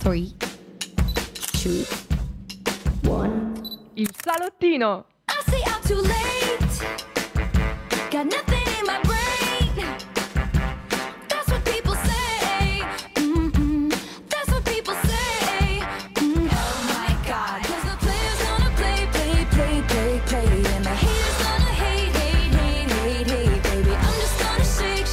3, 2, 1. Il salottino. I say I'm too late. Got nothing in my brain. That's what people say. That's what people say. Oh my God. 'Cause the players gonna play. And the haters gonna hate. Baby, I'm just gonna shake.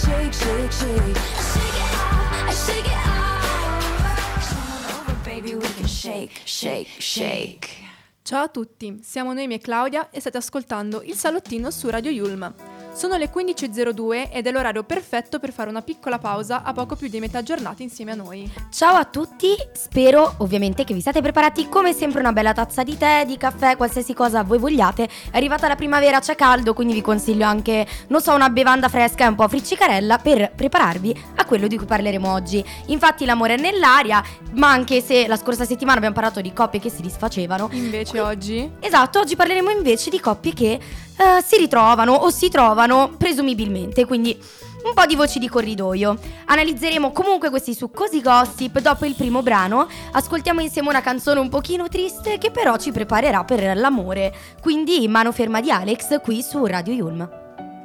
I shake it off. Come on over, baby, we can shake. Ciao a tutti, siamo Noemi e Claudia e state ascoltando il salottino su Radio Yulm. Sono le 15.02 ed è l'orario perfetto per fare una piccola pausa a poco più di metà giornata insieme a noi. Ciao a tutti, spero ovviamente che vi siate preparati come sempre una bella tazza di tè, di caffè, qualsiasi cosa voi vogliate. È arrivata la primavera, c'è caldo, quindi vi consiglio anche, non so, una bevanda fresca e un po' friccicarella per prepararvi a quello di cui parleremo oggi. Infatti l'amore è nell'aria, ma anche se la scorsa settimana abbiamo parlato di coppie che si disfacevano. Invece oggi? Esatto, oggi parleremo invece di coppie che si ritrovano o si trovano presumibilmente, quindi un po' di voci di corridoio. Analizzeremo comunque questi succosi gossip dopo il primo brano. Ascoltiamo insieme una canzone un pochino triste che però ci preparerà per l'amore. Quindi Mano ferma di Alex qui su Radio Yulm.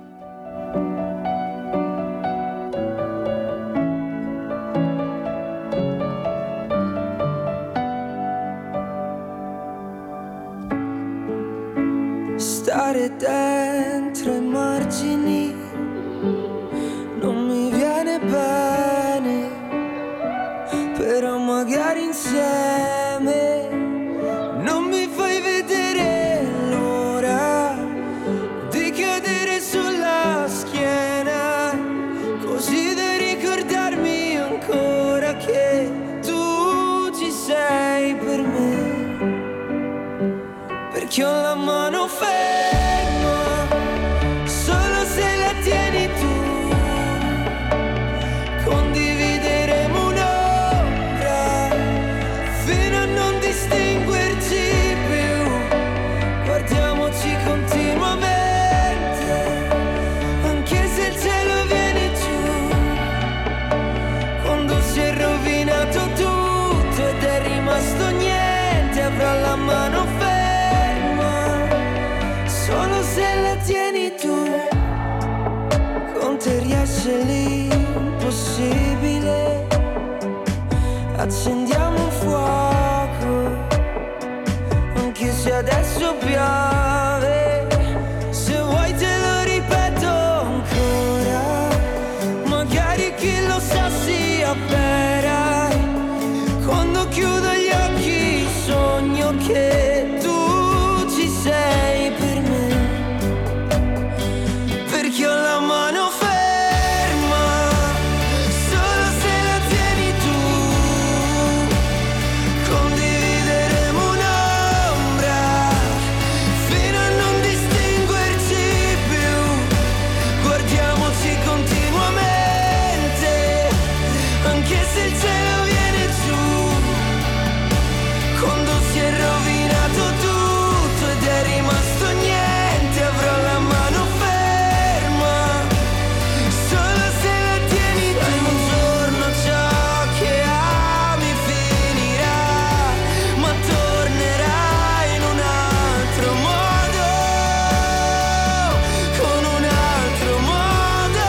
Stare dentro ai margini non mi viene bene, però magari insieme non mi fai vedere l'ora di cadere sulla schiena, così da ricordarmi ancora che tu ci sei per me. Perché ho la mano ferma, solo se la tieni tu. Condivideremo un'ora, fino a non distinguerci più. Guardiamoci continuamente, anche se il cielo viene giù. Quando si è rovinato tutto ed è rimasto niente, avrò la mano ferma, solo se la tieni tu. Con te riesce l'impossibile, accendiamo un fuoco, anche se adesso piove. Se vuoi te lo ripeto ancora, magari chi lo sa si avvera. Quando chiudo gli occhi sogno che tu ci sei per me. Perché ho la mano ferma, solo se la tieni tu. Condivideremo un'ombra, fino a non distinguerci più. Guardiamoci continuamente, anche se il cielo viene giù. Quando si è rovinato tutto ed è rimasto niente, avrò la mano ferma, solo se la tieni tu. Un giorno ciò che ami finirà, ma tornerà in un altro modo, con un altro modo.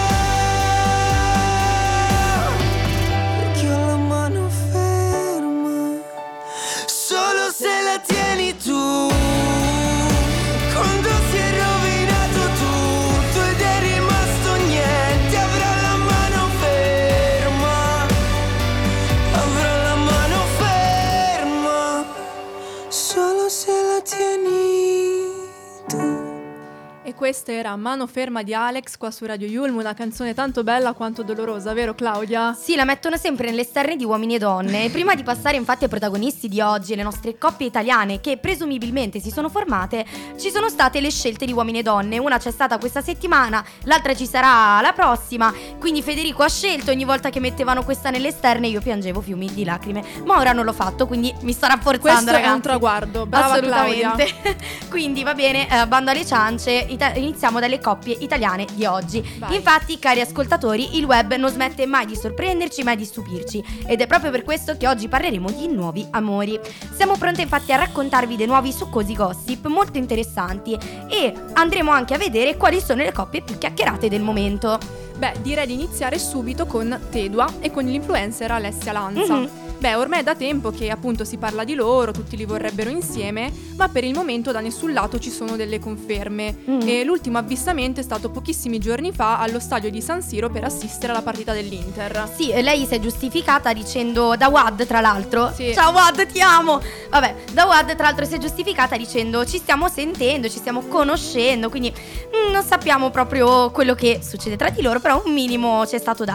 Perché ho la mano ferma, solo se la tieni tu. Quando si è rovinato tutto ed è rimasto niente, avrò la mano ferma, avrò la mano ferma, solo se la tieni tu. E questa era Mano ferma di Alex qua su Radio Yulm, una canzone tanto bella quanto dolorosa, vero Claudia? Sì, la mettono sempre nell'esterni di Uomini e Donne. E prima di passare infatti ai protagonisti di oggi, le nostre coppie italiane che presumibilmente si sono formate, ci sono state le scelte di Uomini e Donne. Una c'è stata questa settimana, l'altra ci sarà la prossima. Quindi Federico ha scelto, ogni volta che mettevano questa nell'esterne io piangevo fiumi di lacrime. Ma ora non l'ho fatto, quindi mi sto rafforzando, Questo ragazzi. è un traguardo, brava Assolutamente. Claudia. Quindi va bene, bando alle ciance, iniziamo dalle coppie italiane di oggi. Vai. Infatti, cari ascoltatori, il web non smette mai di sorprenderci, mai di stupirci, ed è proprio per questo che oggi parleremo di nuovi amori. Siamo pronte infatti a raccontarvi dei nuovi succosi gossip molto interessanti e andremo anche a vedere quali sono le coppie più chiacchierate del momento. Beh, direi di iniziare subito con Tedua e con l'influencer Alessia Lanza. Mhm. Beh, ormai è da tempo che appunto si parla di loro, tutti li vorrebbero insieme, ma per il momento da nessun lato ci sono delle conferme. E l'ultimo avvistamento è stato pochissimi giorni fa allo stadio di San Siro per assistere alla partita dell'Inter. Sì, lei si è giustificata dicendo da Wad, tra l'altro. Sì. Ciao Wad, ti amo. Vabbè, da Wad tra l'altro si è giustificata dicendo ci stiamo sentendo, ci stiamo conoscendo, quindi non sappiamo proprio quello che succede tra di loro, però un minimo ci è stato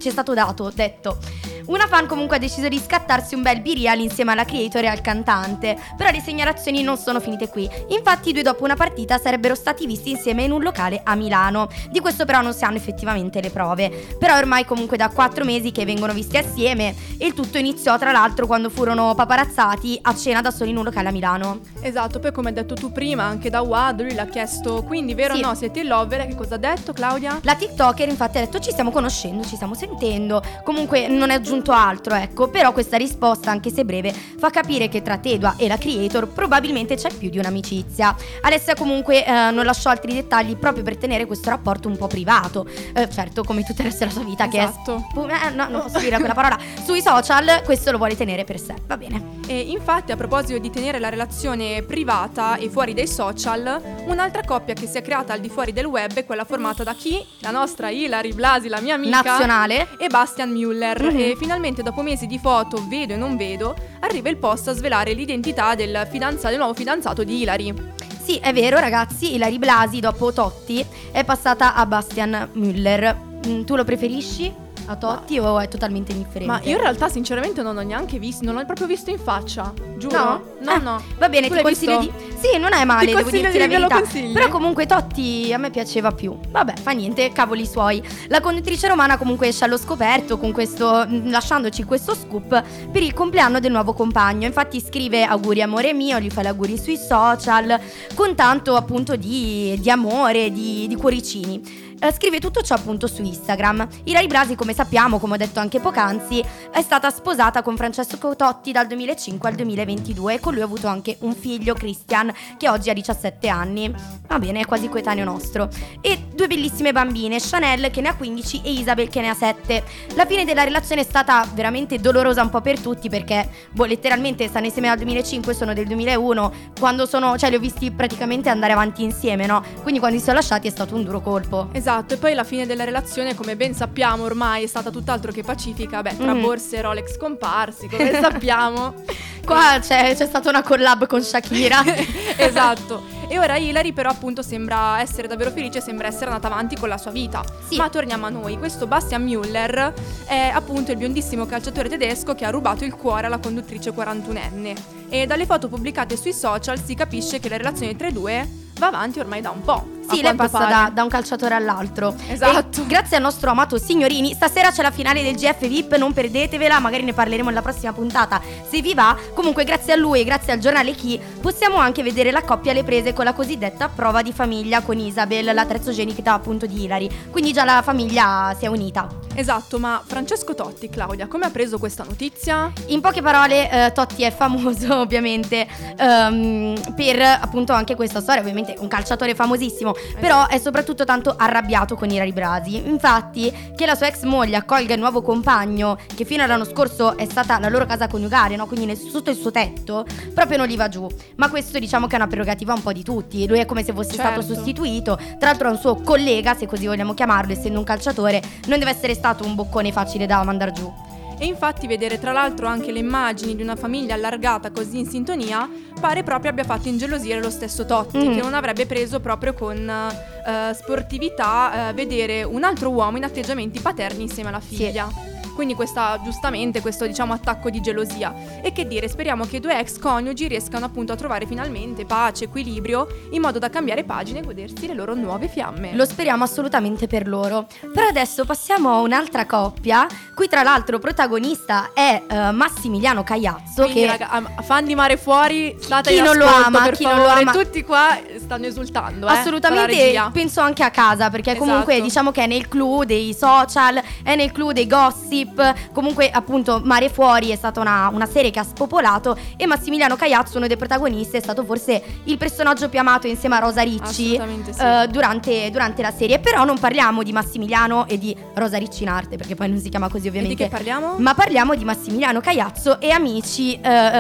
detto. Una fan comunque ha deciso di scattarsi un bel B-real insieme alla creator e al cantante, però le segnalazioni non sono finite qui. Infatti i due dopo una partita sarebbero stati visti insieme in un locale a Milano. Di questo però non si hanno effettivamente le prove. Però è ormai comunque da 4 mesi che vengono visti assieme e il tutto iniziò tra l'altro quando furono paparazzati a cena da soli in un locale a Milano. Esatto, poi come hai detto tu prima, anche da Wad lui l'ha chiesto, quindi vero o Sì. no, siete in lover? Che cosa ha detto Claudia? La TikToker infatti ha detto ci stiamo conoscendo, ci stiamo sentendo, comunque non è aggiunto altro, ecco, però questa risposta, anche se breve, fa capire che tra Tedua e la creator probabilmente c'è più di un'amicizia. Alessia comunque non lasciò altri dettagli proprio per tenere questo rapporto un po' privato, certo come tutto il resto della sua vita Esatto. che è no, non posso dire quella parola, sui social questo lo vuole tenere per sé, va bene. E infatti a proposito di tenere la relazione privata e fuori dai social, un'altra coppia che si è creata al di fuori del web è quella formata da chi? La nostra Ilary Blasi, la mia amica Nazionale. e Bastian Müller. Mhm. E finalmente dopo mesi di foto vedo e non vedo arriva il post a svelare l'identità del nuovo fidanzato di Ilary. Sì, è vero ragazzi, Ilary Blasi dopo Totti è passata a Bastian Müller. Tu lo preferisci a Totti o è totalmente indifferente? Ma io in realtà sinceramente non ho neanche visto, non l'ho proprio visto in faccia, giuro. No? No. Va bene, Tu ti l'hai consiglio visto? di... Sì, non è male, Ti devo consiglio dirti la di- me lo verità. consigli? Però comunque Totti a me piaceva più. Vabbè, fa niente, cavoli suoi. La conduttrice romana comunque esce allo scoperto con questo, lasciandoci questo scoop per il compleanno del nuovo compagno. Infatti scrive auguri amore mio, gli fa gli auguri sui social, con tanto appunto di amore, di cuoricini. Scrive tutto ciò appunto su Instagram. Ilary Blasi, come sappiamo, come ho detto anche poc'anzi, è stata sposata con Francesco Totti dal 2005 al 2022 e con lui ha avuto anche un figlio, Christian, che oggi ha 17 anni. Va bene, è quasi coetaneo nostro. E 2 bellissime bambine, Chanel che ne ha 15 e Isabel che ne ha 7. La fine della relazione è stata veramente dolorosa un po' per tutti perché letteralmente stanno insieme dal 2005, sono del 2001, quando li ho visti praticamente andare avanti insieme, no? Quindi quando si sono lasciati è stato un duro colpo. Esatto, e poi la fine della relazione, come ben sappiamo ormai, è stata tutt'altro che pacifica. Beh, tra borse e Rolex comparsi, come sappiamo. Qua c'è stata una collab con Shakira. Esatto. E ora Ilary però appunto sembra essere davvero felice, sembra essere andata avanti con la sua vita. Sì. Ma torniamo a noi. Questo Bastian Müller è appunto il biondissimo calciatore tedesco che ha rubato il cuore alla conduttrice 41enne. E dalle foto pubblicate sui social si capisce che la relazione tra i due va avanti ormai da un po'. Sì, lei passa da un calciatore all'altro. Esatto. E grazie al nostro amato Signorini, stasera c'è la finale del GF VIP, non perdetevela, magari ne parleremo nella prossima puntata se vi va. Comunque grazie a lui e grazie al giornale Chi possiamo anche vedere la coppia alle prese con la cosiddetta prova di famiglia con Isabel, la terzogenita appunto di Ilary. Quindi già la famiglia si è unita. Esatto, ma Francesco Totti, Claudia, come ha preso questa notizia? In poche parole, Totti è famoso ovviamente per appunto anche questa storia, ovviamente un calciatore famosissimo, però è soprattutto tanto arrabbiato con Ilary Blasi. Infatti che la sua ex moglie accolga il nuovo compagno, che fino all'anno scorso è stata la loro casa coniugale, no? Quindi sotto il suo tetto, proprio non gli va giù. Ma questo diciamo che è una prerogativa un po' di tutti. Lui è come se fosse stato sostituito. Tra l'altro è un suo collega, se così vogliamo chiamarlo, essendo un calciatore, non deve essere stato un boccone facile da mandar giù. E infatti vedere tra l'altro anche le immagini di una famiglia allargata così in sintonia pare proprio abbia fatto ingelosire lo stesso Totti, che non avrebbe preso proprio con sportività vedere un altro uomo in atteggiamenti paterni insieme alla figlia. Quindi questo diciamo attacco di gelosia. E che dire, speriamo che i due ex coniugi riescano appunto a trovare finalmente pace, equilibrio, in modo da cambiare pagina e godersi le loro nuove fiamme. Lo speriamo assolutamente per loro. Però adesso passiamo a un'altra coppia, qui tra l'altro protagonista è Massimiliano Cagliazzo. Quindi che raga, fan di Mare Fuori, state Chi in non lo ascolto, ama, per chi non favore. lo ama. Tutti qua stanno esultando, la Assolutamente, regia. penso anche a casa, perché comunque Esatto. diciamo che è nel clou dei social, è nel clou dei gossip. Comunque appunto Mare Fuori è stata una serie che ha spopolato, e Massimiliano Caiazzo, uno dei protagonisti, è stato forse il personaggio più amato insieme a Rosa Ricci Assolutamente sì. durante la serie. Però non parliamo di Massimiliano e di Rosa Ricci in arte, perché poi non si chiama così E di ovviamente. che parliamo? Ma parliamo di Massimiliano Caiazzo e amici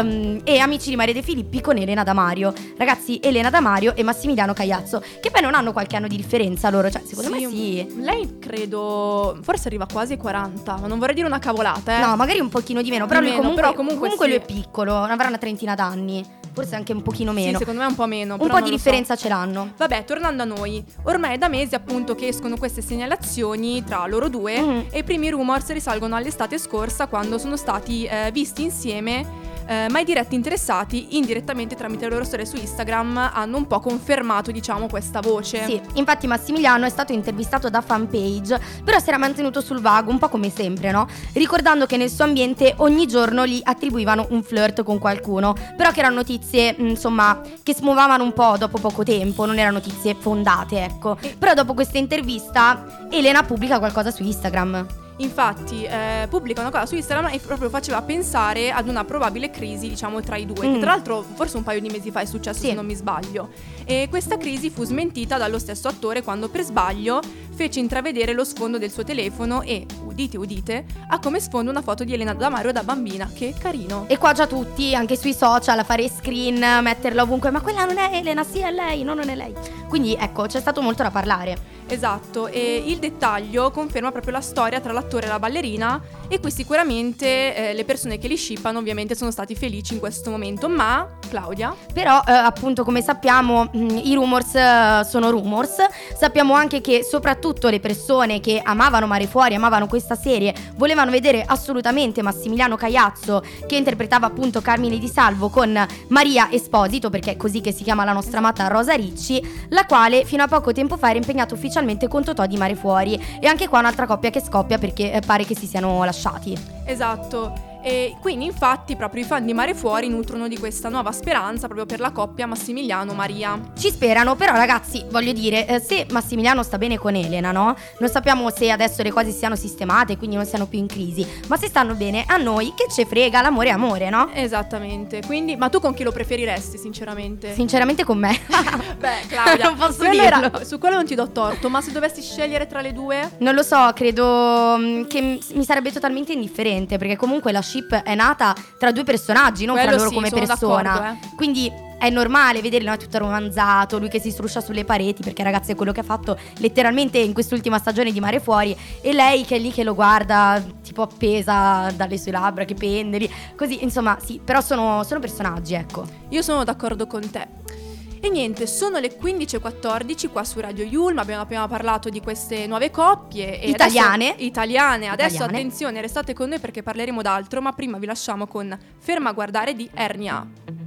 di Maria De Filippi con Elena Damario. Ragazzi, Elena Damario e Massimiliano Caiazzo, che poi non hanno qualche anno di differenza loro, cioè secondo me sì. Lei credo forse arriva quasi ai 40, ma non vorrei dire una cavolata, No, magari un pochino di meno, però Di lui meno, comunque, però comunque sì. lui è piccolo, avrà una trentina d'anni, forse anche un pochino Sì, meno. secondo me un po' meno. Un però po' non di lo so. differenza ce l'hanno. Vabbè, tornando a noi, ormai è da mesi appunto che escono queste segnalazioni tra loro due e i primi rumors risalgono all'estate scorsa, quando sono stati visti insieme. Ma i diretti interessati, indirettamente tramite le loro storie su Instagram, hanno un po' confermato, diciamo, questa voce. Sì, infatti Massimiliano è stato intervistato da Fanpage, però si era mantenuto sul vago, un po' come sempre, no? Ricordando che nel suo ambiente ogni giorno gli attribuivano un flirt con qualcuno, però che erano notizie, insomma, che smuovavano un po' dopo poco tempo, non erano notizie fondate, ecco. Però dopo questa intervista Elena pubblica qualcosa su Instagram. Infatti pubblica una cosa su Instagram e proprio faceva pensare ad una probabile crisi, diciamo, tra i due, che tra l'altro forse un paio di mesi fa è successo, Sì. se non mi sbaglio. E questa crisi fu smentita dallo stesso attore quando per sbaglio fece intravedere lo sfondo del suo telefono e, udite udite, ha come sfondo una foto di Elena Damario da bambina. Che carino. E qua già tutti, anche sui social, a fare screen, metterla ovunque, ma quella non è Elena, sì è lei, no non è lei. Quindi ecco, c'è stato molto da parlare. Esatto, e il dettaglio conferma proprio la storia tra l'attore e la ballerina, e qui sicuramente le persone che li shippano ovviamente sono stati felici in questo momento. Ma, Claudia? Però appunto, come sappiamo, i rumors sono rumors. Sappiamo anche che soprattutto le persone che amavano Mare Fuori, amavano questa serie, volevano vedere assolutamente Massimiliano Caiazzo, che interpretava appunto Carmine Di Salvo, con Maria Esposito, perché è così che si chiama la nostra amata Rosa Ricci, la quale fino a poco tempo fa era impegnata ufficialmente con Totò di Mare Fuori. E anche qua un'altra coppia che scoppia, perché pare che si siano lasciati. Esatto. E quindi infatti proprio i fan di Mare Fuori nutrono di questa nuova speranza proprio per la coppia Massimiliano-Maria. Ci sperano, però ragazzi, voglio dire, se Massimiliano sta bene con Elena, no? Non sappiamo se adesso le cose siano sistemate, quindi non siano più in crisi, ma se stanno bene, a noi che ce frega, l'amore è amore, no? Esattamente. Quindi, ma tu con chi lo preferiresti, sinceramente? Sinceramente con me. Beh, Claudia, Non posso quello dirlo. su quello non ti do torto, ma se dovessi scegliere tra le due? Non lo so, credo che mi sarebbe totalmente indifferente, perché comunque la ship è nata tra due personaggi, non Quello fra loro sì, come sono persona. d'accordo, Quindi è normale vederlo, no? Tutto romanzato, lui che si struscia sulle pareti, perché ragazzi è quello che ha fatto letteralmente in quest'ultima stagione di Mare Fuori, e lei che è lì che lo guarda tipo appesa dalle sue labbra che pende lì, così, insomma sì, però sono personaggi, ecco. Io sono d'accordo con te. E niente, sono le 15:14 qua su Radio Yulm. Abbiamo appena parlato di queste nuove coppie e Italiane. Adesso attenzione, restate con noi perché parleremo d'altro, ma prima vi lasciamo con Ferma a guardare di Ernia.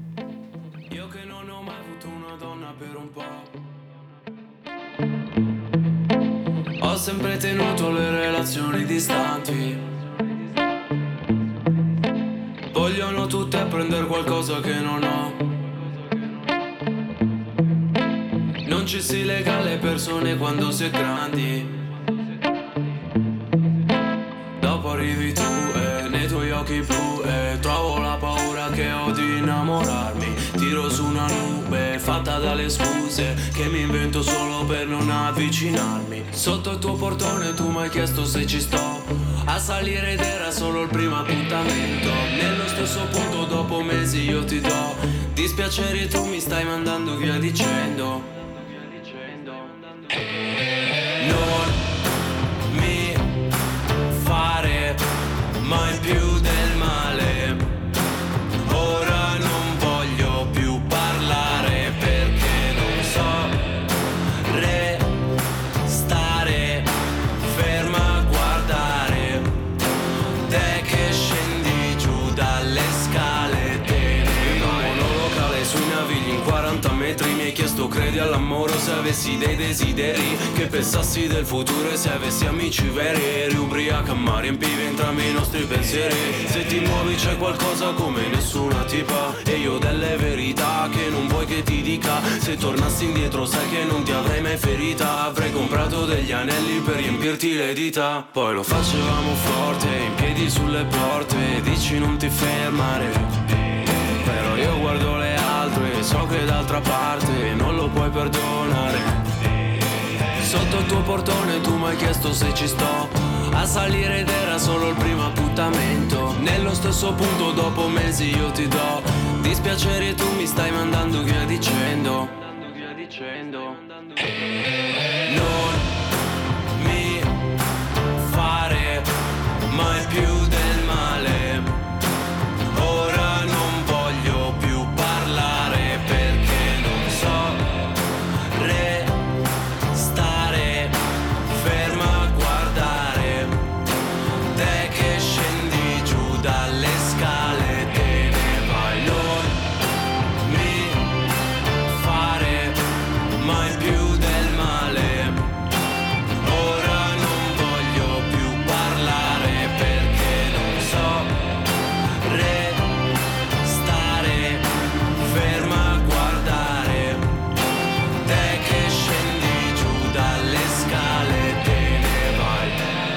Io che non ho mai avuto una donna per un po'. Ho sempre tenuto le relazioni distanti. Vogliono tutte prendere qualcosa che non ho. Non ci si lega alle persone quando si è grandi. Dopo arrivi tu e nei tuoi occhi blu e trovo la paura che ho di innamorarmi. Tiro su una nube fatta dalle scuse che mi invento solo per non avvicinarmi. Sotto il tuo portone tu mi hai chiesto se ci sto a salire ed era solo il primo appuntamento. Nello stesso punto dopo mesi io ti do dispiacere e tu mi stai mandando via dicendo non mi fare mai più del male. Ora non voglio più parlare perché non so restare ferma a guardare te che scendi giù dalle scale. Te ne monolocale sui navigli in 40 metri mi hai chiesto credi al all'amore o se avessi dei desideri, che pensassi del futuro e se avessi amici veri. Eri ubriaca ma riempivi entrambi i nostri pensieri. Se ti muovi c'è qualcosa come nessuna tipa, e io delle verità che non vuoi che ti dica. Se tornassi indietro sai che non ti avrei mai ferita. Avrei comprato degli anelli per riempirti le dita. Poi lo facevamo forte, in piedi sulle porte. Dici non ti fermare, però io guardo le altre e so che d'altra parte non lo puoi perdonare. Sotto il tuo portone tu mi hai chiesto se ci sto a salire ed era solo il primo appuntamento. Nello stesso punto dopo mesi io ti do dispiacere e tu mi stai mandando via dicendo non mi fare mai più del male. Ora non voglio più parlare perché non so restare ferma a guardare te che scendi giù dalle scale, te ne vai. Non mi fare mai più del male. Ora non voglio più parlare perché non so restare ferma a guardare te che scendi giù dalle scale, te ne vai.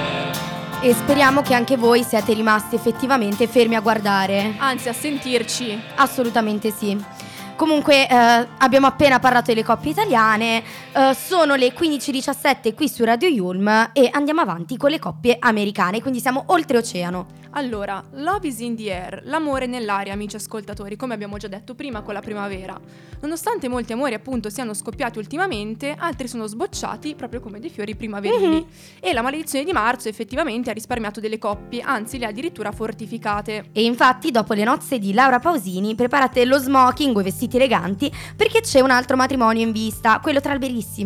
E speriamo che anche voi siate rimasti effettivamente fermi a guardare. Anzi, a sentirci. Assolutamente sì. Comunque abbiamo appena parlato delle coppie italiane, sono le 15:17 qui su Radio Yulm e andiamo avanti con le coppie americane, quindi siamo oltreoceano. Allora, love is in the air, l'amore nell'aria, amici ascoltatori, come abbiamo già detto prima con la primavera. Nonostante molti amori appunto siano scoppiati ultimamente, altri sono sbocciati proprio come dei fiori primaverili. E la maledizione di marzo effettivamente ha risparmiato delle coppie, anzi le ha addirittura fortificate. E infatti dopo le nozze di Laura Pausini preparate lo smoking o i vestiti eleganti perché c'è un altro matrimonio in vista, quello tra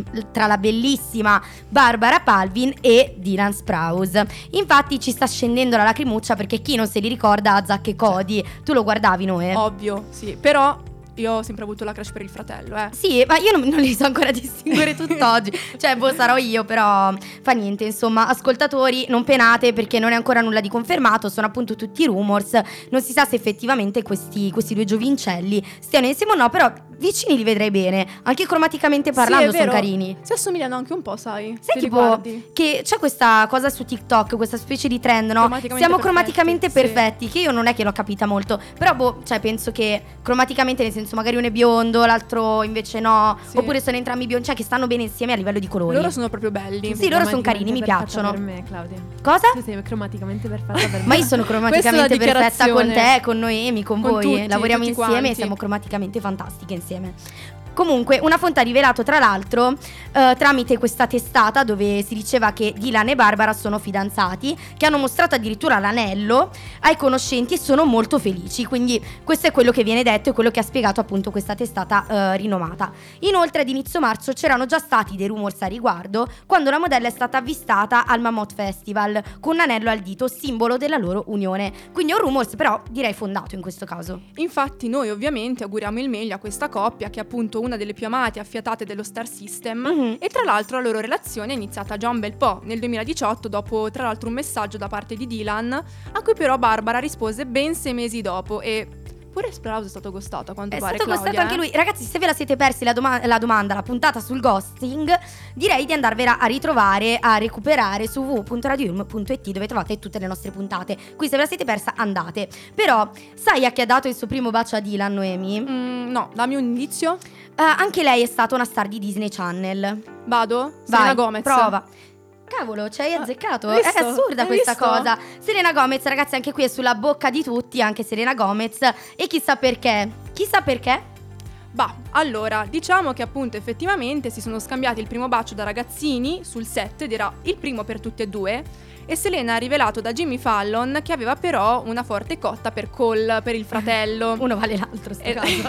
la bellissima Barbara Palvin e Dylan Sprouse. Infatti ci sta scendendo la lacrimuccia perché chi non se li ricorda Zack e Cody. Tu lo guardavi, Noè? Ovvio, sì, però io ho sempre avuto la crush per il fratello, Sì, ma io non li so ancora distinguere tutt'oggi. Cioè, sarò io, però fa niente. Insomma, ascoltatori, non penate perché non è ancora nulla di confermato. Sono appunto tutti rumors. Non si sa se effettivamente questi due giovincelli stiano insieme o no. Però vicini li vedrei bene. Anche cromaticamente parlando Sì, è sono vero. carini. Si assomigliano anche un po', sai? Sai Se tipo li guardi. che c'è questa cosa su TikTok, questa specie di trend, no? Cromaticamente Siamo perfetti, cromaticamente sì. perfetti, che io non è che l'ho capita molto. Però cioè penso che cromaticamente, nel senso magari uno è biondo, l'altro invece no, Sì. oppure sono entrambi biondi, cioè che stanno bene insieme a livello di colori. Loro sono proprio belli. Sì, loro sono carini, mi Perfetta piacciono. per me, Claudia. Cosa? Tu sei cromaticamente perfetta per me. Ma io sono cromaticamente Questa è la perfetta con dichiarazione. te, con Noemi, con Con voi. tutti, Lavoriamo tutti insieme quanti. e siamo cromaticamente fantastiche insieme. Comunque, una fonte ha rivelato tra l'altro tramite questa testata dove si diceva che Dylan e Barbara sono fidanzati, che hanno mostrato addirittura l'anello ai conoscenti e sono molto felici. Quindi questo è quello che viene detto e quello che ha spiegato appunto questa testata rinomata. Inoltre ad inizio marzo c'erano già stati dei rumors a riguardo quando la modella è stata avvistata al Mammoth Festival con un anello al dito, simbolo della loro unione. Quindi è un rumors però direi fondato in questo caso. Infatti noi ovviamente auguriamo il meglio a questa coppia che è appunto una delle più amate e affiatate dello Star System e tra l'altro la loro relazione è iniziata già un bel po' nel 2018 dopo tra l'altro un messaggio da parte di Dylan a cui però Barbara rispose ben 6 mesi dopo e pure Sprouse è stato ghostato a quanto È pare, stato Claudia, costato anche lui. Ragazzi, se ve la siete persi la domanda, la puntata sul ghosting, direi di andarvela a ritrovare, a recuperare su www.radioyulm.it dove trovate tutte le nostre puntate. Qui se ve la siete persa andate. Però, sai a chi ha dato il suo primo bacio a Dylan, Noemi? No, dammi un indizio. Anche lei è stata una star di Disney Channel. Vado? Selena Vai, Gomez. prova. Cavolo, ci hai azzeccato. hai È visto? assurda Hai questa visto? cosa. Selena Gomez, ragazzi, anche qui è sulla bocca di tutti, anche Selena Gomez. E chissà perché. Chissà perché? Bah, allora, diciamo che appunto effettivamente si sono scambiati il primo bacio da ragazzini sul set ed era il primo per tutti e due. E Selena ha rivelato da Jimmy Fallon che aveva però una forte cotta per Cole, per il fratello. Uno vale l'altro, sto caso.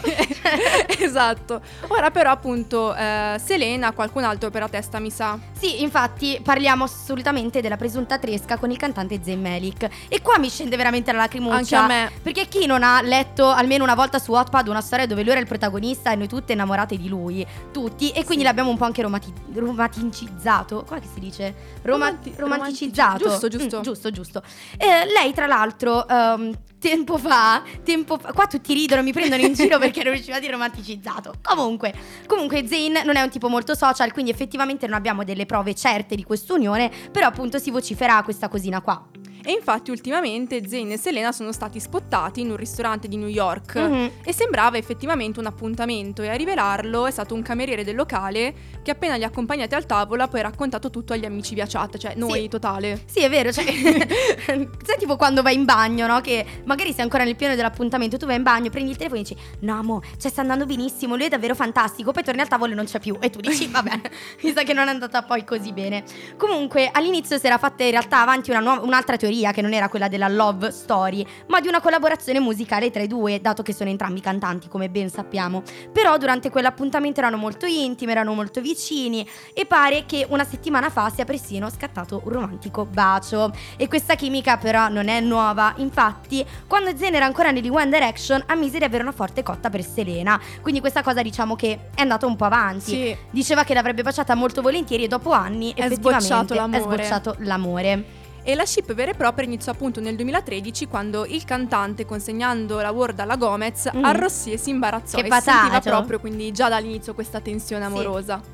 Esatto. Ora però appunto Selena ha qualcun altro per la testa, mi sa. Sì, infatti parliamo assolutamente della presunta tresca con il cantante Zayn Malik. E qua mi scende veramente la lacrimuccia. Anche a me. Perché chi non ha letto almeno una volta su Wattpad una storia dove lui era il protagonista e noi tutti tutte innamorate di lui, tutti, e quindi l'abbiamo un po' anche romanticizzato. Come si dice? Romanticizzato. Giusto. Lei tra l'altro tempo fa, qua tutti ridono, mi prendono in giro perché non riuscivo a dire romanticizzato. Comunque Zayn non è un tipo molto social, quindi effettivamente non abbiamo delle prove certe di quest'unione, però appunto si vocifera questa cosina qua. E infatti ultimamente Zayn e Selena sono stati spottati in un ristorante di New York e sembrava effettivamente un appuntamento, e a rivelarlo è stato un cameriere del locale che appena li ha accompagnati al tavolo ha poi raccontato tutto agli amici via chat, cioè noi Sì. totale. Sì, è vero, cioè sai tipo quando vai in bagno, no? Che magari sei ancora nel pieno dell'appuntamento, tu vai in bagno, prendi il telefono e dici no mo, cioè sta andando benissimo, lui è davvero fantastico, poi torni al tavolo e non c'è più e tu dici vabbè, mi sa che non è andata poi così bene. Comunque all'inizio si era fatta in realtà avanti un'altra teoria che non era quella della love story, ma di una collaborazione musicale tra i due, dato che sono entrambi cantanti come ben sappiamo. Però durante quell'appuntamento erano molto intimi, erano molto vicini e pare che una settimana fa sia persino scattato un romantico bacio. E questa chimica però non è nuova, infatti quando Zayn era ancora negli One Direction ammise di avere una forte cotta per Selena, quindi questa cosa diciamo che è andata un po' avanti. Sì. Diceva che l'avrebbe baciata molto volentieri e dopo anni È effettivamente sbocciato è l'amore. sbocciato l'amore. E la ship vera e propria iniziò appunto nel 2013, quando il cantante, consegnando la Word alla Gomez, arrossì e si imbarazzò, Che e si sentiva patato. proprio quindi già dall'inizio questa tensione Sì. amorosa.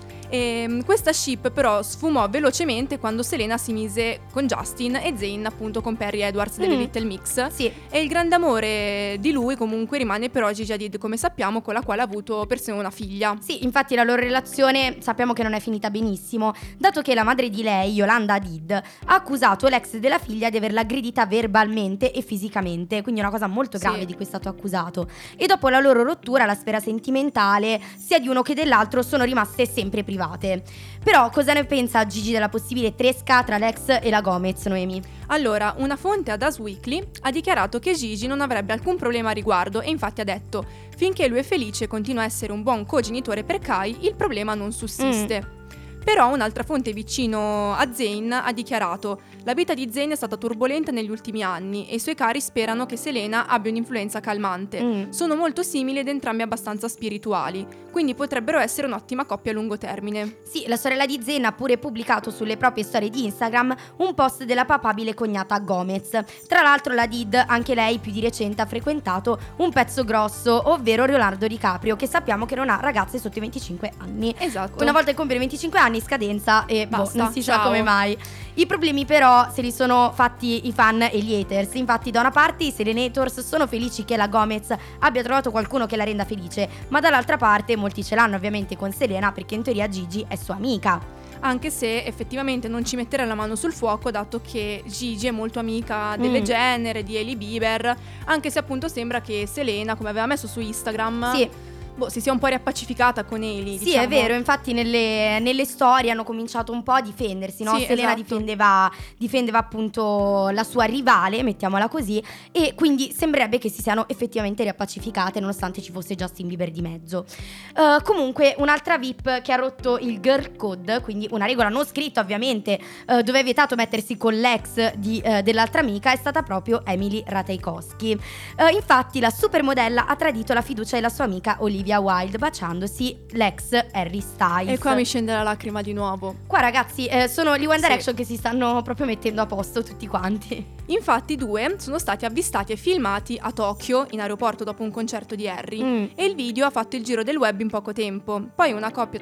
E questa ship però sfumò velocemente quando Selena si mise con Justin e Zayn appunto con Perry Edwards delle Little Mix. Sì. E il grande amore di lui comunque rimane però Gigi Hadid, come sappiamo, con la quale ha avuto persino una figlia. Sì, infatti la loro relazione sappiamo che non è finita benissimo, dato che la madre di lei, Yolanda Hadid, ha accusato l'ex della figlia di averla aggredita verbalmente e fisicamente, quindi una cosa molto grave Sì. di cui è stato accusato. E dopo la loro rottura, la sfera sentimentale, sia di uno che dell'altro, sono rimaste sempre private. Però cosa ne pensa Gigi della possibile tresca tra l'ex e la Gomez, Noemi? Allora, una fonte ad Us Weekly ha dichiarato che Gigi non avrebbe alcun problema a riguardo, e infatti ha detto: finché lui è felice e continua a essere un buon cogenitore per Kai, il problema non sussiste. Però un'altra fonte vicino a Zayn ha dichiarato: la vita di Zayn è stata turbolenta negli ultimi anni e i suoi cari sperano che Selena abbia un'influenza calmante. Sono molto simili ed entrambi abbastanza spirituali, quindi potrebbero essere un'ottima coppia a lungo termine. Sì, la sorella di Zayn ha pure pubblicato sulle proprie storie di Instagram un post della papabile cognata Gomez. Tra l'altro la Did, anche lei più di recente, ha frequentato un pezzo grosso, ovvero Leonardo DiCaprio, che sappiamo che non ha ragazze sotto i 25 anni. Esatto. Una volta che compie i 25 anni scadenza e Basta, non si sa ciao. come mai. I problemi però se li sono fatti i fan e gli haters. Infatti da una parte i Selenators sono felici che la Gomez abbia trovato qualcuno che la renda felice, ma dall'altra parte molti ce l'hanno ovviamente con Selena, perché in teoria Gigi è sua amica. Anche se effettivamente non ci metterei la mano sul fuoco, dato che Gigi è molto amica delle Jenner, di Hailey Bieber, anche se appunto sembra che Selena, come aveva messo su Instagram, Sì. si sia un po' riappacificata con Hailey. Sì, diciamo. è vero, infatti nelle storie hanno cominciato un po' a difendersi, no? Sì, Selena esatto. difendeva appunto la sua rivale, mettiamola così, e quindi sembrerebbe che si siano effettivamente riappacificate nonostante ci fosse Justin Bieber di mezzo. Comunque un'altra VIP che ha rotto il girl code, quindi una regola non scritta ovviamente, dove è vietato mettersi con l'ex dell'altra amica, è stata proprio Emily Ratajkowski. Infatti la supermodella ha tradito la fiducia della sua amica Olivia Wilde baciandosi l'ex Harry Styles. E qua mi scende la lacrima di nuovo. Qua ragazzi sono gli One Sì. Direction che si stanno proprio mettendo a posto tutti quanti. Infatti i due sono stati avvistati e filmati a Tokyo, in aeroporto, dopo un concerto di Harry, e il video ha fatto il giro del web in poco tempo. Poi una coppia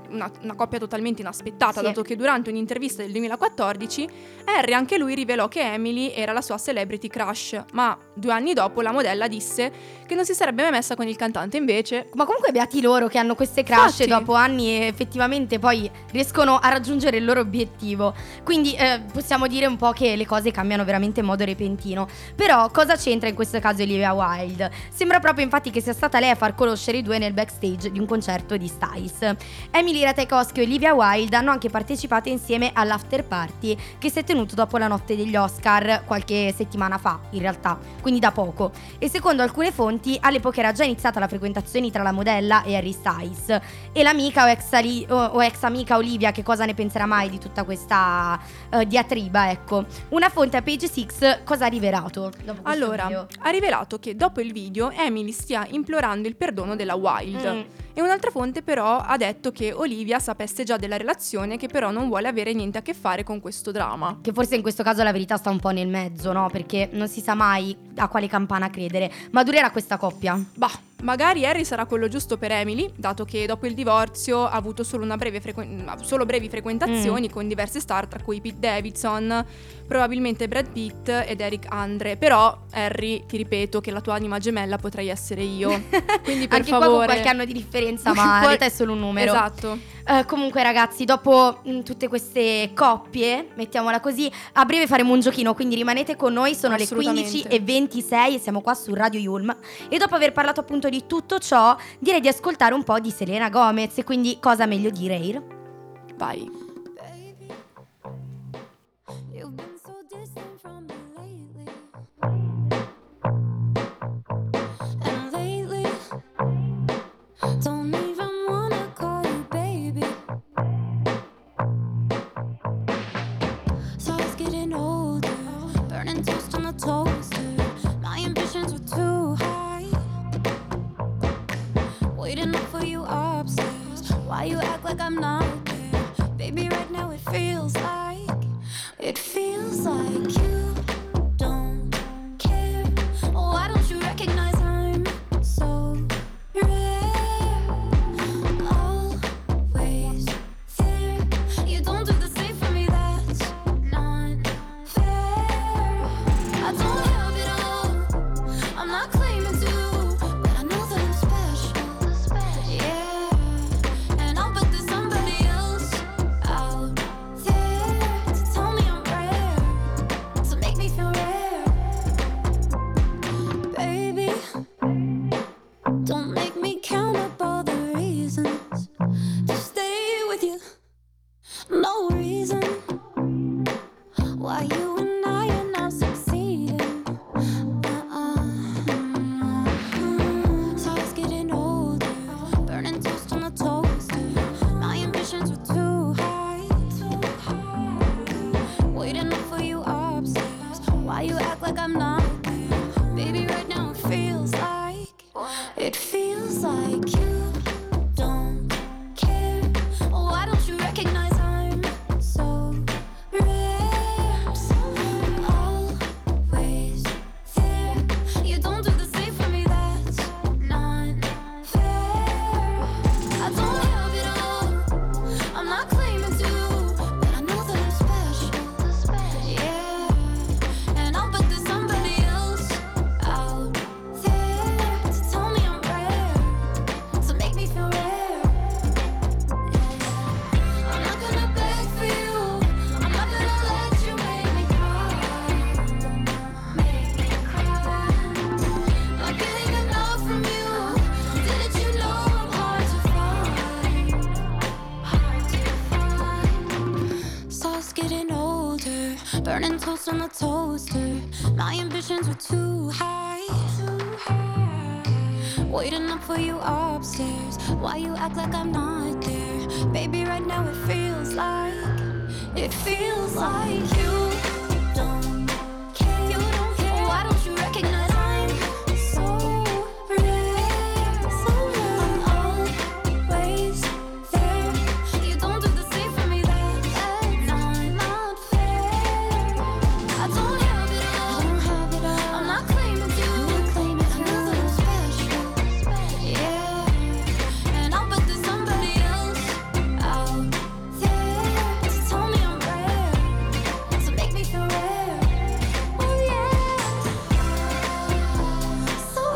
totalmente inaspettata, Sì. dato che durante un'intervista del 2014 Harry anche lui rivelò che Emily era la sua celebrity crush, ma 2 anni dopo la modella disse che non si sarebbe mai messa con il cantante. Invece Ma comunque beati loro che hanno queste crush e Infatti. dopo anni effettivamente poi riescono a raggiungere il loro obiettivo. Quindi possiamo dire un po' che le cose cambiano veramente in modo repentino. Però cosa c'entra in questo caso Olivia Wilde? Sembra proprio infatti che sia stata lei a far conoscere i due nel backstage di un concerto di Styles. Emily Ratajkowski e Olivia Wilde hanno anche partecipato insieme all'after party che si è tenuto dopo la notte degli Oscar qualche settimana fa, in realtà, quindi da poco. E secondo alcune fonti all'epoca era già iniziata la frequentazione tra la modella e Harry Styles. E l'amica o ex amica Olivia che cosa ne penserà mai di tutta questa diatriba, ecco. Una fonte a Page Netflix cosa ha rivelato dopo questo Allora, video? ha rivelato che dopo il video Emily stia implorando il perdono della Wilde. E un'altra fonte però ha detto che Olivia sapesse già della relazione, che però non vuole avere niente a che fare con questo dramma. Che forse in questo caso la verità sta un po' nel mezzo, no? Perché non si sa mai a quale campana credere. Ma durerà questa coppia? Bah, magari Harry sarà quello giusto per Emily, dato che dopo il divorzio ha avuto solo brevi frequentazioni con diverse star, tra cui Pete Davidson, probabilmente Brad Pitt ed Eric Andre. Però Harry, ti ripeto che la tua anima gemella potrei essere io. Quindi per Anche qua favore. con qualche anno di differenza, ma in realtà è solo un numero. Esatto. Comunque ragazzi, dopo tutte queste coppie, mettiamola così, a breve faremo un giochino, quindi rimanete con noi. Sono le Assolutamente. 15:26 e siamo qua su Radio Yulm. E dopo aver parlato appunto di tutto ciò, direi di ascoltare un po' di Selena Gomez. E quindi cosa meglio di Rare? Vai. You've been so distant from me lately. And lately, don't even wanna call you baby. So I was getting older, burning toast on the toaster. My ambitions were too high. Waiting up for you upstairs. Why you act like I'm not there? Baby, right now it feels like you don't care. Why don't you recognize I'm so rare? Always there. You don't do the same for me, that's not fair. I don't have it all, I'm not claiming to, but I know that I'm special. Yeah, and I'll bet there's somebody else out there to tell me I'm rare, to make me feel rare. Baby, don't make me count up all the reasons to stay with you. No reason why you and I are not succeeding. So I was getting older, burning toast on the toaster. My ambitions were too high. Waiting up for you upstairs. Why you act like I'm not there? Baby, right now it feels like you don't care. Why don't you recognize I'm so rare? Always there. You don't do the same for me, that's not fair. I don't have it all, I'm not claiming to, but I know that I'm special. Yeah, and I'll bet there's somebody else out there to tell me I'm rare, to make me feel rare. I'm not gonna beg for you, I'm not gonna let you make me cry. Not getting enough from you. Didn't you know I'm hard to find? So I was getting older, burning toast on the toaster. My ambitions were too high. Waiting up for you upstairs. Why you act like I'm not there? Baby, right now it feels like you don't care. You don't care. Why don't you recognize I'm so rare? I'm always there. You don't do the same for me, that's not fair. I don't have it all, I'm not claiming to, I know that I'm special. Yeah, and I'll bet there's somebody else out there to tell me I'm rare, to make me feel rare. Oh yeah, so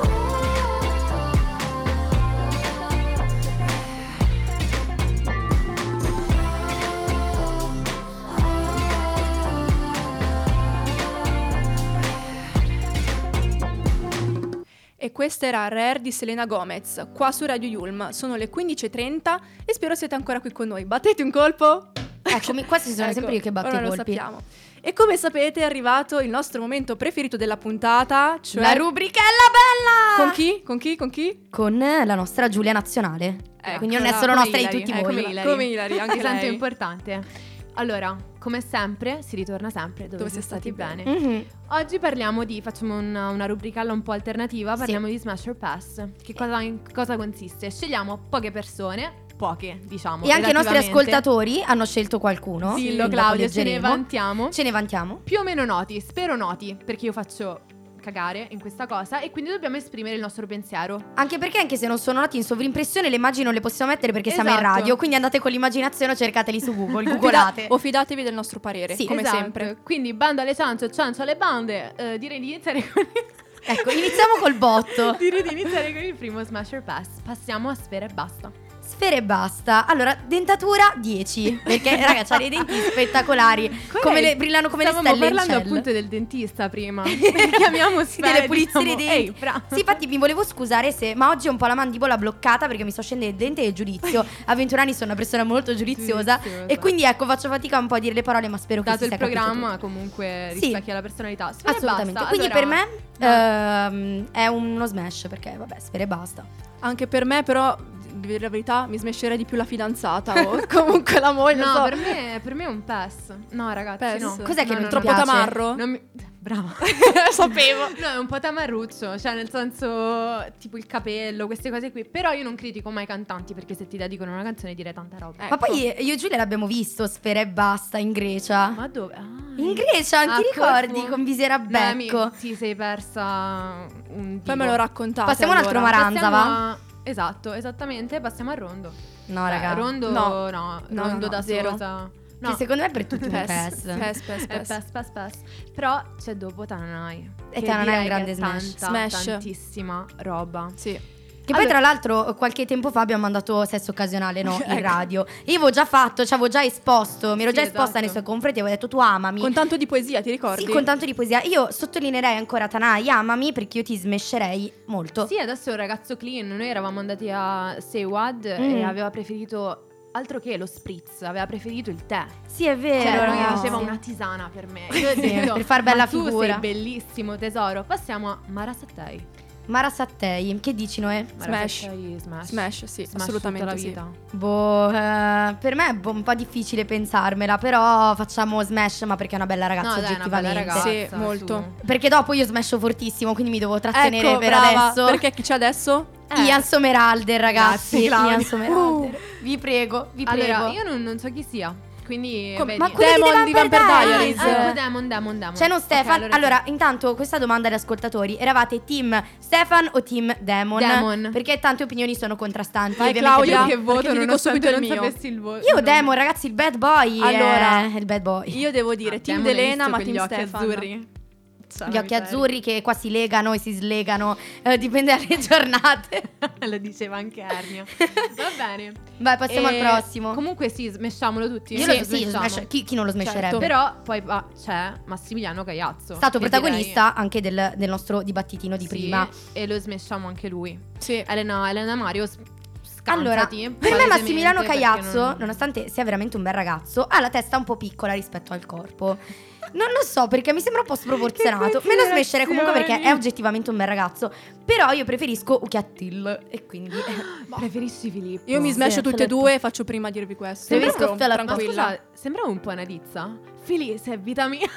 E questa era Rare di Selena Gomez, qua su Radio Yulm. Sono le 15:30 e spero siete ancora qui con noi. Battete un colpo? Eccomi, questi sono sempre io che batto ora i lo colpi. sappiamo. E come sapete è arrivato il nostro momento preferito della puntata, cioè La rubrichella bella! Con chi? Con chi? Con chi? Con la nostra Giulia nazionale. Quindi non è solo come nostra di Ilari, tutti come voi. Ilari. Come Ilari, anche Tanto lei. importante. Allora, come sempre, si ritorna sempre dove si è stati bene. Mhm. Oggi facciamo una rubricella un po' alternativa, parliamo di Smash or Pass. In cosa consiste? Scegliamo poche persone, diciamo. E anche i nostri relativamente. ascoltatori hanno scelto qualcuno. Dillo quindi dopo Claudio, ce ne leggeremo. vantiamo. Ce ne vantiamo. Più o meno noti, spero noti, perché io faccio cagare in questa cosa e quindi dobbiamo esprimere il nostro pensiero. Anche perché anche se non sono noti in sovrimpressione le immagini non le possiamo mettere perché siamo in Esatto. radio. Quindi andate con l'immaginazione o cercateli su Google, googolate. O fidatevi del nostro parere, Sì, come Esatto. sempre. Quindi bando alle ciance, ciance alle bande. Direi di iniziare con Ecco, iniziamo col botto. il primo Smash or Pass. Passiamo a sfere e basta. Sfere e basta. Allora, dentatura 10. Perché ragazzi, ha dei denti spettacolari. Brillano come le Stavamo stelle in parlando cielo. appunto del dentista prima. Chiamiamo Sì, delle pulizie dei denti. Ehi, bravo. Sì, infatti mi volevo scusare ma oggi ho un po' la mandibola bloccata perché mi sto scendendo il dente e il giudizio. A 21 anni sono una persona molto giudiziosa. E quindi ecco, faccio fatica un po' a dire le parole, ma spero che dato si il sia capito programma tutto. comunque Sì. rispecchia la personalità. Sfere e Assolutamente. basta. Quindi Allora, per me è uno smash perché vabbè, sfere e basta. Anche per me, però, di dire la verità, mi smescerei di più la fidanzata o comunque la moglie. No, non so. per me è un pass. No, ragazzi, Pass. no. Cos'è che No, non no, ti no. Troppo piace? tamarro? Non mi... Brava. Sapevo. No, è un po' tamarruccio, cioè nel senso tipo il capello, queste cose qui. Però io non critico mai i cantanti perché se ti dedicano una canzone direi tanta roba. Ma poi io e Giulia l'abbiamo visto Sfere e basta in Grecia. Ma dove? Ah, In Grecia, a ti ricordi? Corfù? Con Visera a becco. Ti sei persa un Poi me lo raccontate. Passiamo un altro allora. Maranza, va? Esatto, esattamente, passiamo al rondo. No, raga. Rondo No. rondo no, da zero. sosa. Che secondo me è per tutti un Pass. pass. Pass. Però c'è dopo Tananai. E che Tananai è un direi grande che smash. Smash. Tantissima roba. Sì. Che poi tra l'altro qualche tempo fa abbiamo mandato Sesso Occasionale, no? In radio. E io avevo già fatto, cioè avevo già esposto, mi ero Sì, già esposta esatto. nei suoi confronti e avevo detto tu amami. Con tanto di poesia, ti ricordi? Sì, con tanto di poesia. Io sottolineerei ancora Tanai, amami perché io ti smescerei molto. Sì, adesso è un ragazzo clean. Noi eravamo andati a Say What e aveva preferito altro che lo spritz, aveva preferito il tè. Sì, è vero. Cioè, lui ragazzi. faceva una tisana per me. Io ho Sì, detto, per far bella "Ma tu figura." sei bellissimo tesoro. Passiamo a Mara Sattei. Mara Sattei, che dici Noè? Mara Smash. Sattei, smash. Smash, sì, Smash assolutamente tutta la sì. vita. Boh, per me è un po' difficile pensarmela, però facciamo smash, ma perché è una bella ragazza No, dai, è una bella oggettivamente. ragazza, Sì, molto. su. Perché dopo io smasho fortissimo, quindi mi devo trattenere Ecco, per brava. adesso. Perché chi c'è adesso? Ian Somerhalder, ragazzi. Grazie, Claudia. Ian Somerhalder. Vi prego, vi prego. Allora, io non so chi sia. Quindi vedi. Ma quello Demon di di Vampire Diaries. Demon. C'è non Stefan. Ok, allora, intanto questa domanda agli ascoltatori: eravate team Stefan o team Demon? Demon. Perché tante opinioni sono contrastanti. Vai, ovviamente Claudia. io che voto perché ti dico nonostante subito il non mio. sapessi il voto. Io Demon, ragazzi, il bad boy. Allora, è il bad boy. Io devo dire team Demon, hai Delena, visto ma quegli team occhi Stefan. azzurri? Gli occhi azzurri che qua si legano e si slegano, dipende dalle giornate. Lo diceva anche Ernia. Va bene. Vai, passiamo al E prossimo. Comunque sì, smesciamolo tutti. Io Sì, lo smesciamo. smash, chi non lo smasherebbe? Certo. Però poi c'è Massimiliano Cagliazzo. Stato che protagonista anche del nostro dibattitino di direi- prima. Sì, e lo smesciamo anche lui. Sì. Elena Mario, Allora, scansati, per me palesemente, Massimiliano perché Cagliazzo, non- nonostante sia veramente un bel ragazzo, ha la testa un po' piccola rispetto al corpo. Non lo so perché mi sembra un po' sproporzionato. Me lo smasherei comunque perché è oggettivamente un bel ragazzo. Però io preferisco Uchiattil e quindi Preferisci Filippo? Io mi smasho Sì, tutte e Filippo. due e faccio prima a dirvi questo. Preferisco Proprio Filippo. Ma tranquilla. scusa, sembrava un po' una dizza. Fili, sei vita mia.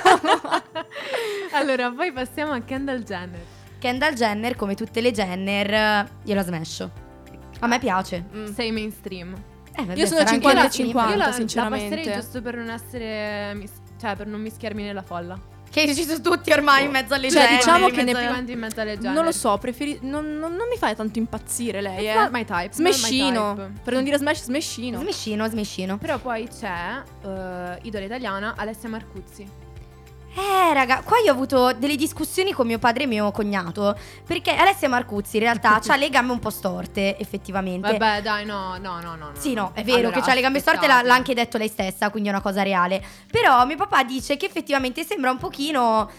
Allora, poi passiamo a Kendall Jenner. Kendall Jenner, come tutte le Jenner, io la smasho. A me piace. Sei mainstream. Vabbè, Io sono sarà anche 50 e la 50. Io la sinceramente. passerei giusto per non essere cioè per non mischiarmi nella folla. Che ci sono tutti ormai in mezzo alle Cioè, Jenner, diciamo in che ne mezzo a- Quanti in mezzo alle Jenner. Non lo so, non mi fai tanto impazzire lei, It's not eh. my type. Smashino. not my type. Per non dire smash, smashino. Smescino. Però poi c'è idola italiana Alessia Marcuzzi. Raga, qua io ho avuto delle discussioni con mio padre e mio cognato. Perché Alessia Marcuzzi in realtà ha le gambe un po' storte, effettivamente. Vabbè, dai, no. Sì, no, è vero Allora, che ha le gambe storte, aspettate. l'ha anche detto lei stessa, quindi è una cosa reale. Però mio papà dice che effettivamente sembra un pochino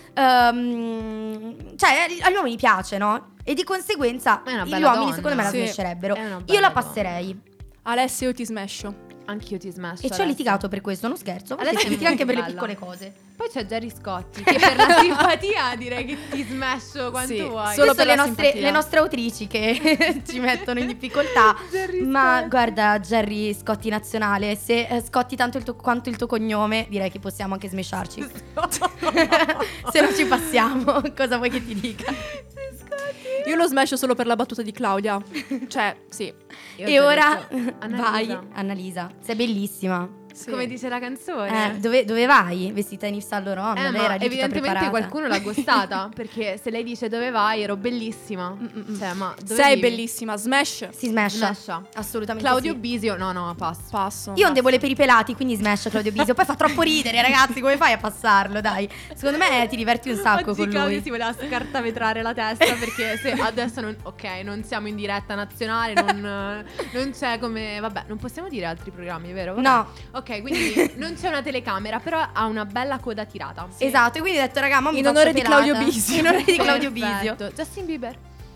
cioè agli uomini piace, no? E di conseguenza È una gli bella uomini donna. secondo me la Sì, smasherebbero. è una Io bella la donna. passerei. Alessio, io ti smasho. Anch'io ti smash. E ci ho Alessia. litigato per questo, non scherzo. Ma Alessia si è litiga anche per le bella. piccole cose. Poi c'è Gerry Scotti, che per la simpatia direi che ti smash quanto Sì, vuoi. solo Queste per le la nostre, simpatia. le nostre autrici che ci mettono in difficoltà. Gerry Ma Scotti. guarda, Gerry Scotti nazionale, se scotti tanto quanto il tuo cognome, direi che possiamo anche smesciarci. Se non ci passiamo, cosa vuoi che ti dica? Io lo smash solo per la battuta di Claudia. Cioè, sì. Io E ti ho ora detto, vai, Annalisa. Annalisa. Sei bellissima. Sì. Come dice la canzone. Dove vai? Vestita in Yves Saint Laurent? Lei Ma era lì tutta evidentemente preparata. qualcuno l'ha gostata. Perché se lei dice dove vai, ero bellissima. Cioè, ma dove Sei vivi? bellissima, smash. Si smasha. Smasha. Assolutamente Claudio sì. Bisio, no, passo. Passo. Io ho un debole per i pelati, quindi smash Claudio Bisio. Poi fa troppo ridere, ragazzi. Come fai a passarlo? Dai. Secondo me ti diverti un sacco Oggi con Claudio lui. si voleva scartavetrare la testa perché se adesso non siamo in diretta nazionale, non c'è come. Vabbè, non possiamo dire altri programmi, vero? Vabbè. No. Ok, quindi non c'è una telecamera, però ha una bella coda tirata. Esatto, e quindi ho detto, raga, mo mi In faccio onore di pelata. Claudio Bisio. In onore di Claudio Bisio. Perfetto. Justin Bieber.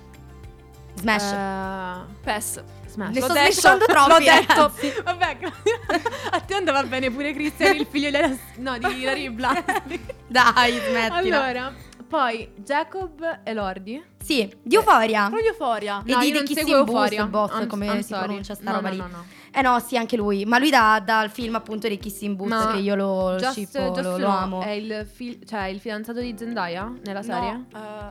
Smash. Pass. Smash. Ne L'ho sto detto, smashando troppi, l'ho detto. ragazzi. Vabbè, a te andava bene pure Christian, il figlio di Larry Blasi. Dai, smettila. Allora, poi Jacob e Lordi. Sì, di Euphoria. Proprio Euphoria. E No, di io The non Kissing seguo Booth, Euphoria. il boss, I'm come si sorry. pronuncia sta No, roba no, lì. no, no. No, sì, anche lui. Ma lui dal film appunto dei Kissing Booth, Ma che io lo Just shippo, lo no, amo. è il fidanzato di Zendaya nella serie?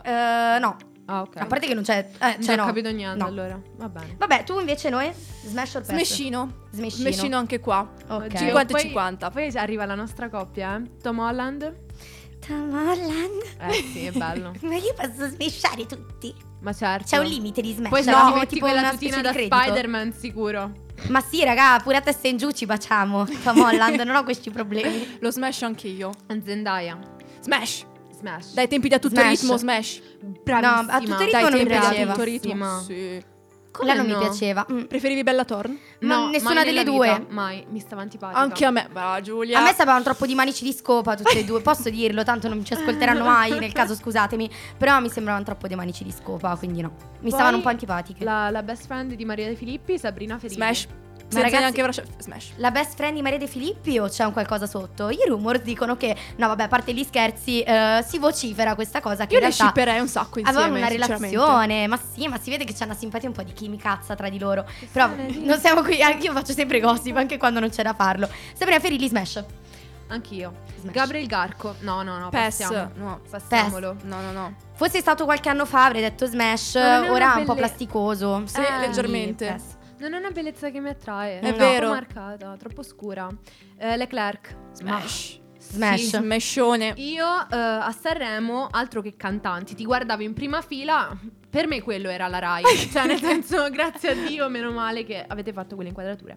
No, Ah, ok. a parte che non c'è... non cioè ho no. capito niente No. allora. Va bene. Vabbè, tu invece noi? Smash or pass? Smashino. Smashino. Smashino anche qua. Ok. 50 e Poi- 50. Poi arriva la nostra coppia, Tom Holland. Tom Holland. Sì, è bello. Ma io posso smashare tutti. Ma certo. C'è un limite di smash. Poi se abbiamo ci metti tipo quella una tutina specie da di credito. Spider-Man sicuro. Ma sì, raga, pure a testa in giù ci baciamo. Tom Holland, non ho questi problemi. Lo smash anche io. Zendaya. Smash. Smash. Dai tempi da tutto Smash. ritmo, smash. Bravissima. No, a tutto ritmo Dai non mi tempi da piaceva. tutto ritmo. Bravissima. Sì. Come Lei non no? mi piaceva. Preferivi Bella Thorne? Ma No, nessuna mai delle nella due. vita, mai, mi stava antipatica. Anche a me. Brava Giulia. A me sapevano troppo di manici di scopa tutte e due. Posso dirlo, tanto non ci ascolteranno mai. Nel caso, scusatemi. Però mi sembravano troppo dei manici di scopa, quindi no. Mi Poi stavano un po' antipatiche. La best friend di Maria De Filippi, Sabrina Ferini. Smash. Ma Senza ragazzi- neanche Smash. La best friend di Maria De Filippi o c'è un qualcosa sotto? I rumors dicono che, no vabbè, a parte gli scherzi, si vocifera questa cosa che Io in le realtà shipperei un sacco insieme. avevano una sinceramente. relazione. Ma sì, ma si vede che c'è una simpatia, un po' di chimicazza tra di loro. Però strane di- non siamo qui, io faccio sempre gossip anche quando non c'è da farlo. Sabrina Ferini, smash. Anch'io. Smash. Gabriel Garco. No, Pass. passiamo. No. Passiamolo. No. Fosse stato qualche anno fa avrei detto smash, Ma non è ora una è un po' belle- plasticoso. Sì, leggermente. pass. Non è una bellezza che mi attrae. È troppo vero. marcata, troppo scura. Leclerc. Smash. Smash. Sì. Smashone. Io a Sanremo, altro che cantanti, ti guardavo in prima fila. Per me quello era la Rai. Cioè, nel senso, grazie a Dio, meno male che avete fatto quelle inquadrature.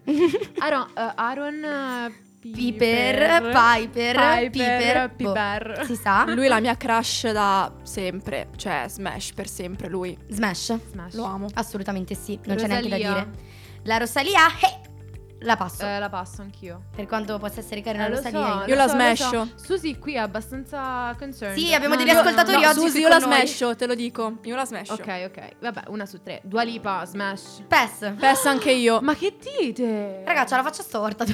Aaron Piper, Piper, boh, Piper. si sa. Lui è la mia crush da sempre. Cioè, Smash per sempre lui. Smash. Smash. Lo amo. Assolutamente sì, non c'è neanche da Rosalia. dire. La Rosalia, la passo. La passo anch'io. Per quanto possa essere carina la Lo Rosalia. so, Io lo la so, lo smasho. so. Susi qui è abbastanza concerned. Sì, abbiamo No, degli no, ascoltatori no. oggi Susi, qui io la con noi. smasho, te lo dico. Io la smasho. Ok. Vabbè, una su tre. Dua Lipa, smash. Pass. Pass anche io. Ma che dite? Ragazzi, la faccia storta.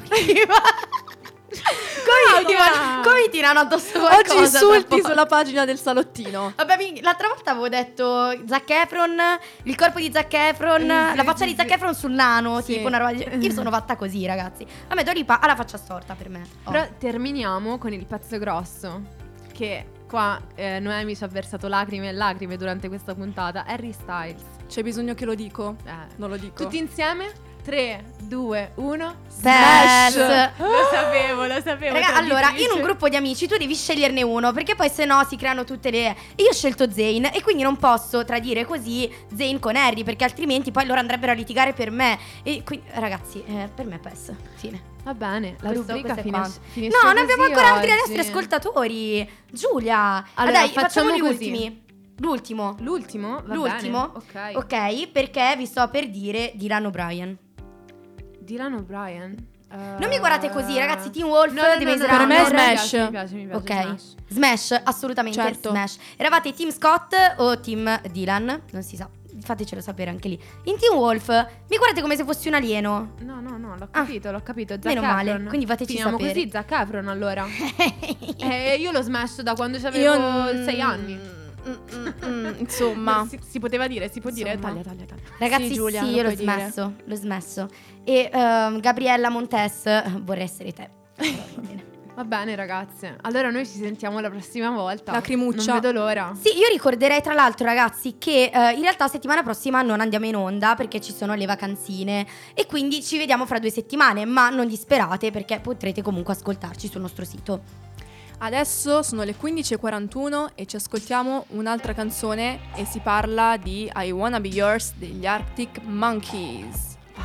Come mi tirano addosso qualcosa? Oggi insulti troppo? sulla pagina del salottino. Vabbè, l'altra volta avevo detto Zac Efron, il corpo di Zac Efron, la faccia di Zac Efron sul nano, Sì. tipo una roba di... Io sono fatta così, ragazzi. A me Dua Lipa ha la faccia storta per me. Oh. Però terminiamo con il pezzo grosso. Che qua Noemi ci ha versato lacrime e lacrime durante questa puntata. Harry Styles. C'è bisogno che lo dico? Non lo dico. Tutti insieme? 3, 2, 1. Pass. Lo sapevo. Raga, allora, in traditrice. un gruppo di amici tu devi sceglierne uno, perché poi se no si creano tutte le... Io ho scelto Zayn e quindi non posso tradire così Zayn con Harry, perché altrimenti poi loro andrebbero a litigare per me. E quindi, ragazzi, per me è Pass. Fine. Va bene, la Questo- rubrica questo è quanto. finisce No, noi abbiamo così ancora altri oggi. nostri ascoltatori. Giulia. Allora, dai, facciamo facciamo gli così. ultimi. L'ultimo. L'ultimo? Va L'ultimo. bene. Ok. Ok, perché vi sto per dire Dylan O'Brien. Dylan O'Brien. Non mi guardate così, ragazzi. Teen Wolf, No, no, The no, Maze no, Per me è Runner. Smash. Mi piace, Ok, Smash. Smash, assolutamente Certo. Smash. Eravate Team Scott o Team Dylan? Non si sa. fatecelo sapere anche lì. In Teen Wolf mi guardate come se fossi un alieno. No, l'ho capito, Zac meno male, Efron. quindi fateci Finiamo sapere. così, Zac Efron allora. Io l'ho smesso da quando avevo 6 anni. Insomma, Si poteva dire, si può dire. Insomma. Taglia. Ragazzi, Sì, Giulia, sì, lo io l'ho puoi dire. smesso, l'ho smesso. E Gabriella Montes, vorrei essere te. Va bene. Va bene ragazze, allora noi ci sentiamo la prossima volta. Lacrimuccia. Non vedo l'ora. Sì, io ricorderei tra l'altro ragazzi che in realtà settimana prossima non andiamo in onda perché ci sono le vacanzine e quindi ci vediamo fra 2 settimane, ma non disperate perché potrete comunque ascoltarci sul nostro sito. adesso sono le 15:41 e ci ascoltiamo un'altra canzone e si parla di I Wanna Be Yours degli Arctic Monkeys. Vai.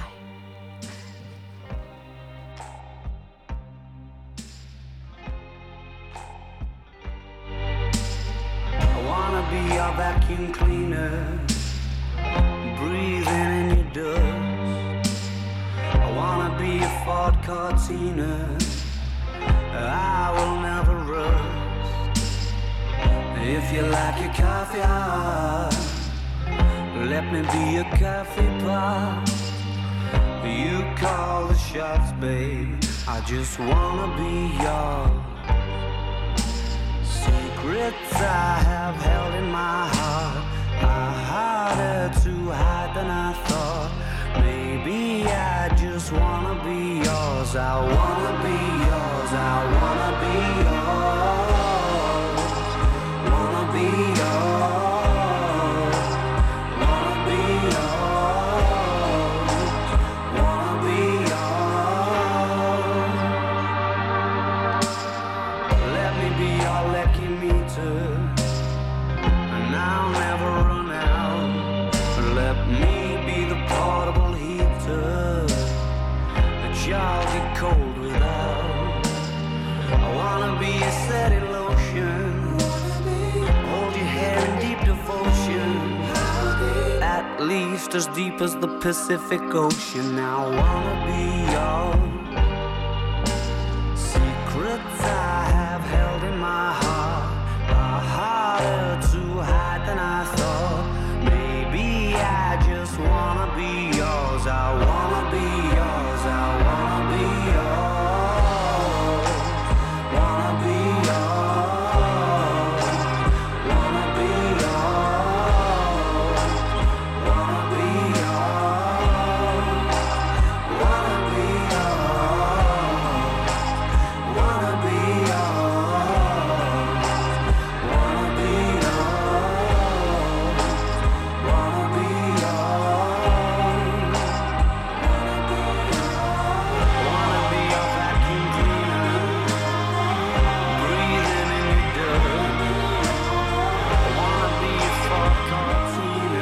I wanna be your vacuum cleaner, breathing in your dust. I wanna be a Ford Cortina, I will never rust. If you like your coffee hot, let me be a coffee pot. You call the shots, babe, I just wanna be yours. Secrets I have held in my heart are harder to hide than I thought. Maybe I just wanna be yours. I wanna be yours. I wanna be yours. Wanna be yours. Wanna be yours. Wanna be yours. Let me be your lucky meter, and I'll never run out. Let me be the portable heater that y'all get cold without. I wanna be a steady lotion, hold your hair in deep devotion, at least as deep as the Pacific Ocean. I wanna be yours. Secrets I have held in my heart are harder to hide than I thought. Maybe I just wanna be yours. I wanna be yours. I wanna be yours. Wanna be yours. Wanna be yours. Wanna be yours. Wanna be yours. Wanna be yours. Wanna be yours. Wanna be yours. Wanna be your vacuum cleaner, breathing in your dirt. Wanna be your Ford Cortina,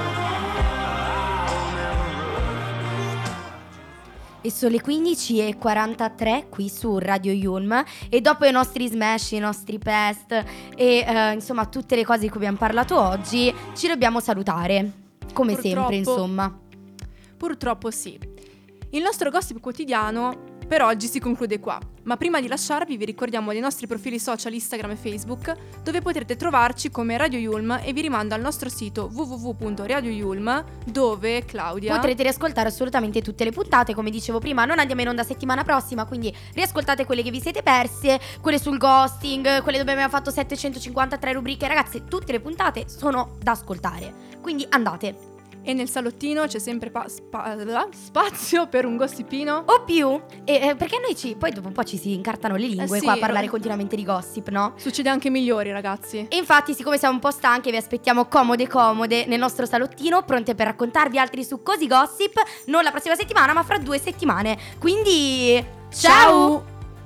I'll never run. E sono le 15:43 qui su Radio Yulm e dopo i nostri smash, i nostri pest e insomma tutte le cose di cui abbiamo parlato oggi ci dobbiamo salutare, come sempre insomma. Purtroppo sì. Il nostro gossip quotidiano per oggi si conclude qua, ma prima di lasciarvi vi ricordiamo dei nostri profili social Instagram e Facebook dove potrete trovarci come Radio Yulm e vi rimando al nostro sito www.radioyulm dove Claudia Potrete riascoltare assolutamente tutte le puntate, come dicevo prima non andiamo in onda settimana prossima, quindi riascoltate quelle che vi siete perse, quelle sul ghosting, quelle dove abbiamo fatto 753 rubriche, ragazzi tutte le puntate sono da ascoltare, quindi andate. e nel salottino c'è sempre spazio per un gossipino. O più, perché noi poi dopo un po' ci si incartano le lingue sì, qua a parlare continuamente di gossip, no? Succede anche migliori, ragazzi. E infatti, siccome siamo un po' stanche, vi aspettiamo comode nel nostro salottino, pronte per raccontarvi altri succosi gossip, non la prossima settimana, ma fra 2 settimane. Quindi, ciao!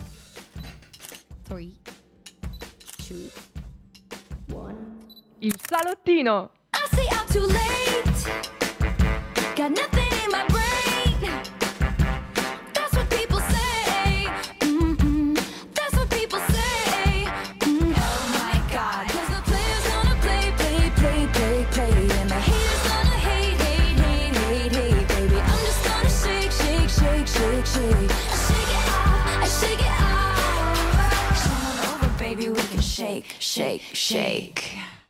3, 2, 1. Il salottino. I say I'm too late. Got nothing in my brain. That's what people say. That's what people say. Oh my God. 'Cause the players gonna play. And the haters gonna hate. Baby, I'm just gonna shake. Shake it off, I shake it off. Come on over, baby, we can shake.